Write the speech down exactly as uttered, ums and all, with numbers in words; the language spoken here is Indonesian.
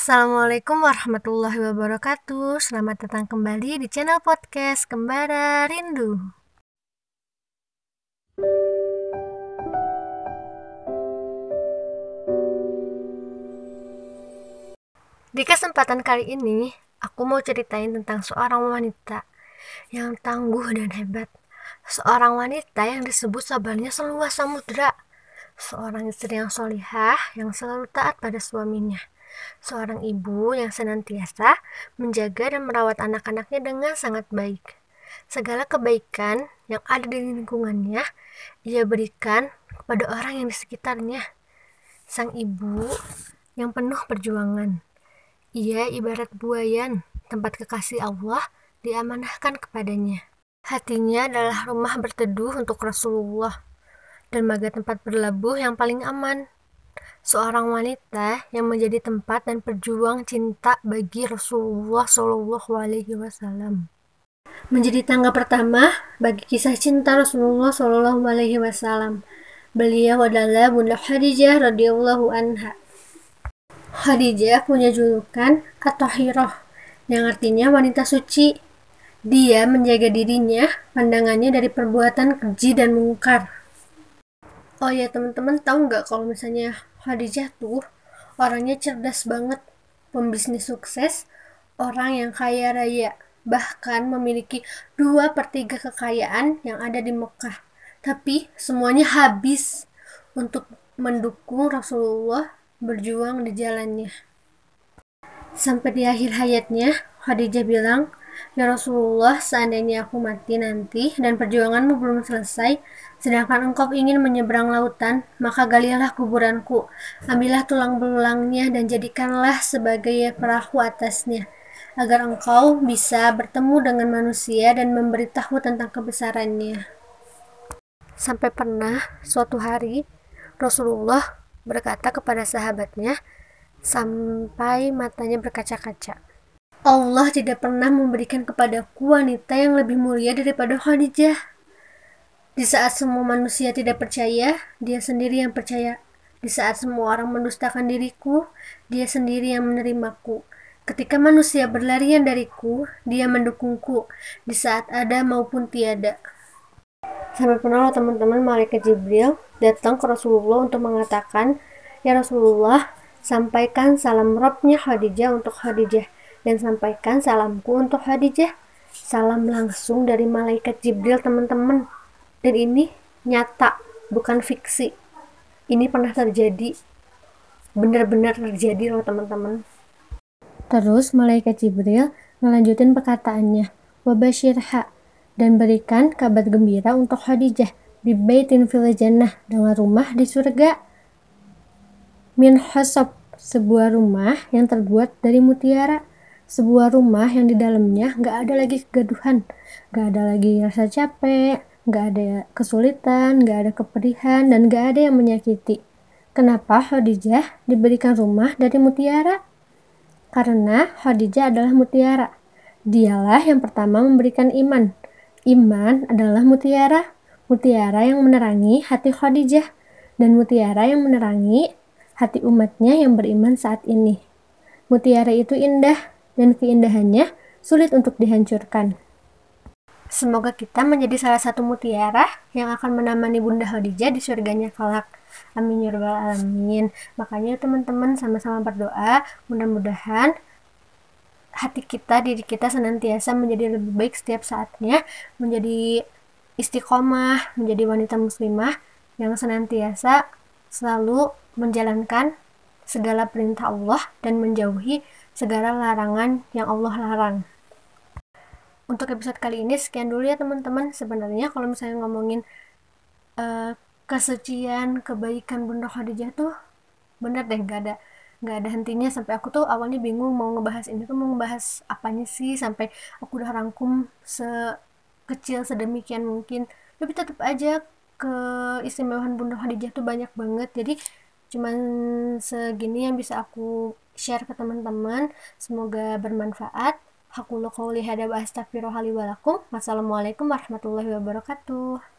Assalamualaikum warahmatullahi wabarakatuh. Selamat datang kembali di channel podcast Kembara Rindu. Di kesempatan kali ini, aku mau ceritain tentang seorang wanita yang tangguh dan hebat. Seorang wanita yang disebut sabarnya seluas samudra. Seorang istri yang solihah yang selalu taat pada suaminya. Seorang ibu yang senantiasa menjaga dan merawat anak-anaknya dengan sangat baik. Segala kebaikan yang ada di lingkungannya, ia berikan kepada orang yang di sekitarnya. Sang ibu yang penuh perjuangan. Ia ibarat buayan, tempat kekasih Allah diamanahkan kepadanya. Hatinya adalah rumah berteduh untuk Rasulullah dan bagai tempat berlabuh yang paling aman. Seorang wanita yang menjadi tempat dan perjuang cinta bagi Rasulullah Shallallahu Alaihi Wasallam. Menjadi tangga pertama bagi kisah cinta Rasulullah Shallallahu Alaihi Wasallam. Beliau adalah Bunda Khadijah radhiyallahu anha. Khadijah punya julukan At-Tahirah, yang artinya wanita suci. Dia menjaga dirinya, pandangannya dari perbuatan keji dan mungkar. Oh ya teman-teman, tahu nggak kalau misalnya Khadijah tuh orangnya cerdas banget, pembisnis sukses, orang yang kaya raya, bahkan memiliki dua per tiga kekayaan yang ada di Mekah. Tapi semuanya habis untuk mendukung Rasulullah berjuang di jalannya. Sampai di akhir hayatnya, Khadijah bilang, "Ya Rasulullah, seandainya aku mati nanti dan perjuanganmu belum selesai, sedangkan engkau ingin menyeberang lautan, maka galilah kuburanku, ambillah tulang belulangnya dan jadikanlah sebagai perahu atasnya, agar engkau bisa bertemu dengan manusia dan memberitahu tentang kebesarannya." Sampai pernah suatu hari Rasulullah berkata kepada sahabatnya sampai matanya berkaca-kaca, "Allah tidak pernah memberikan kepadaku wanita yang lebih mulia daripada Khadijah. Di saat semua manusia tidak percaya, dia sendiri yang percaya. Di saat semua orang mendustakan diriku, dia sendiri yang menerimaku. Ketika manusia berlarian dariku, dia mendukungku, di saat ada maupun tiada." Sampai pernah teman-teman malaikat Jibril datang ke Rasulullah untuk mengatakan, "Ya Rasulullah, sampaikan salam Robnya Khadijah untuk Khadijah, dan sampaikan salamku untuk Khadijah." Salam langsung dari malaikat Jibril teman-teman. Dan ini nyata, bukan fiksi. Ini pernah terjadi, benar-benar terjadi loh teman-teman. Terus malaikat Jibril melanjutin perkataannya, "Wabashirha," dan berikan kabar gembira untuk Khadijah, "Bibaitin fil jannah," dengan rumah di surga. Min hasab, sebuah rumah yang terbuat dari mutiara. Sebuah rumah yang di dalamnya gak ada lagi kegaduhan, gak ada lagi rasa capek, gak ada kesulitan, gak ada kepedihan, dan gak ada yang menyakiti. Kenapa Khadijah diberikan rumah dari mutiara? Karena Khadijah adalah mutiara. Dialah yang pertama memberikan iman. Iman adalah mutiara, mutiara yang menerangi hati Khadijah, dan mutiara yang menerangi hati umatnya yang beriman saat ini. Mutiara itu indah, dan keindahannya sulit untuk dihancurkan. Semoga kita menjadi salah satu mutiara yang akan menemani Bunda Khadijah di surganya kelak. Amin ya rabbal alamin. Makanya teman-teman sama-sama berdoa, mudah-mudahan hati kita, diri kita senantiasa menjadi lebih baik setiap saatnya, menjadi istiqomah, menjadi wanita muslimah yang senantiasa selalu menjalankan segala perintah Allah dan menjauhi segala larangan yang Allah larang. Untuk episode kali ini sekian dulu ya teman-teman. Sebenarnya kalau misalnya ngomongin uh, kesucian, kebaikan Bunda Khadijah tuh bener deh, gak ada nggak ada hentinya. Sampai aku tuh awalnya bingung mau ngebahas ini tuh mau ngebahas apanya sih, sampai aku udah rangkum sekecil sedemikian mungkin, tapi tetap aja keistimewaan Bunda Khadijah tuh banyak banget. Jadi cuman segini yang bisa aku share ke teman-teman, semoga bermanfaat. Aqulu qouli hadza wa astaghfirullaha li wa lakum. Wassalamualaikum warahmatullahi wabarakatuh.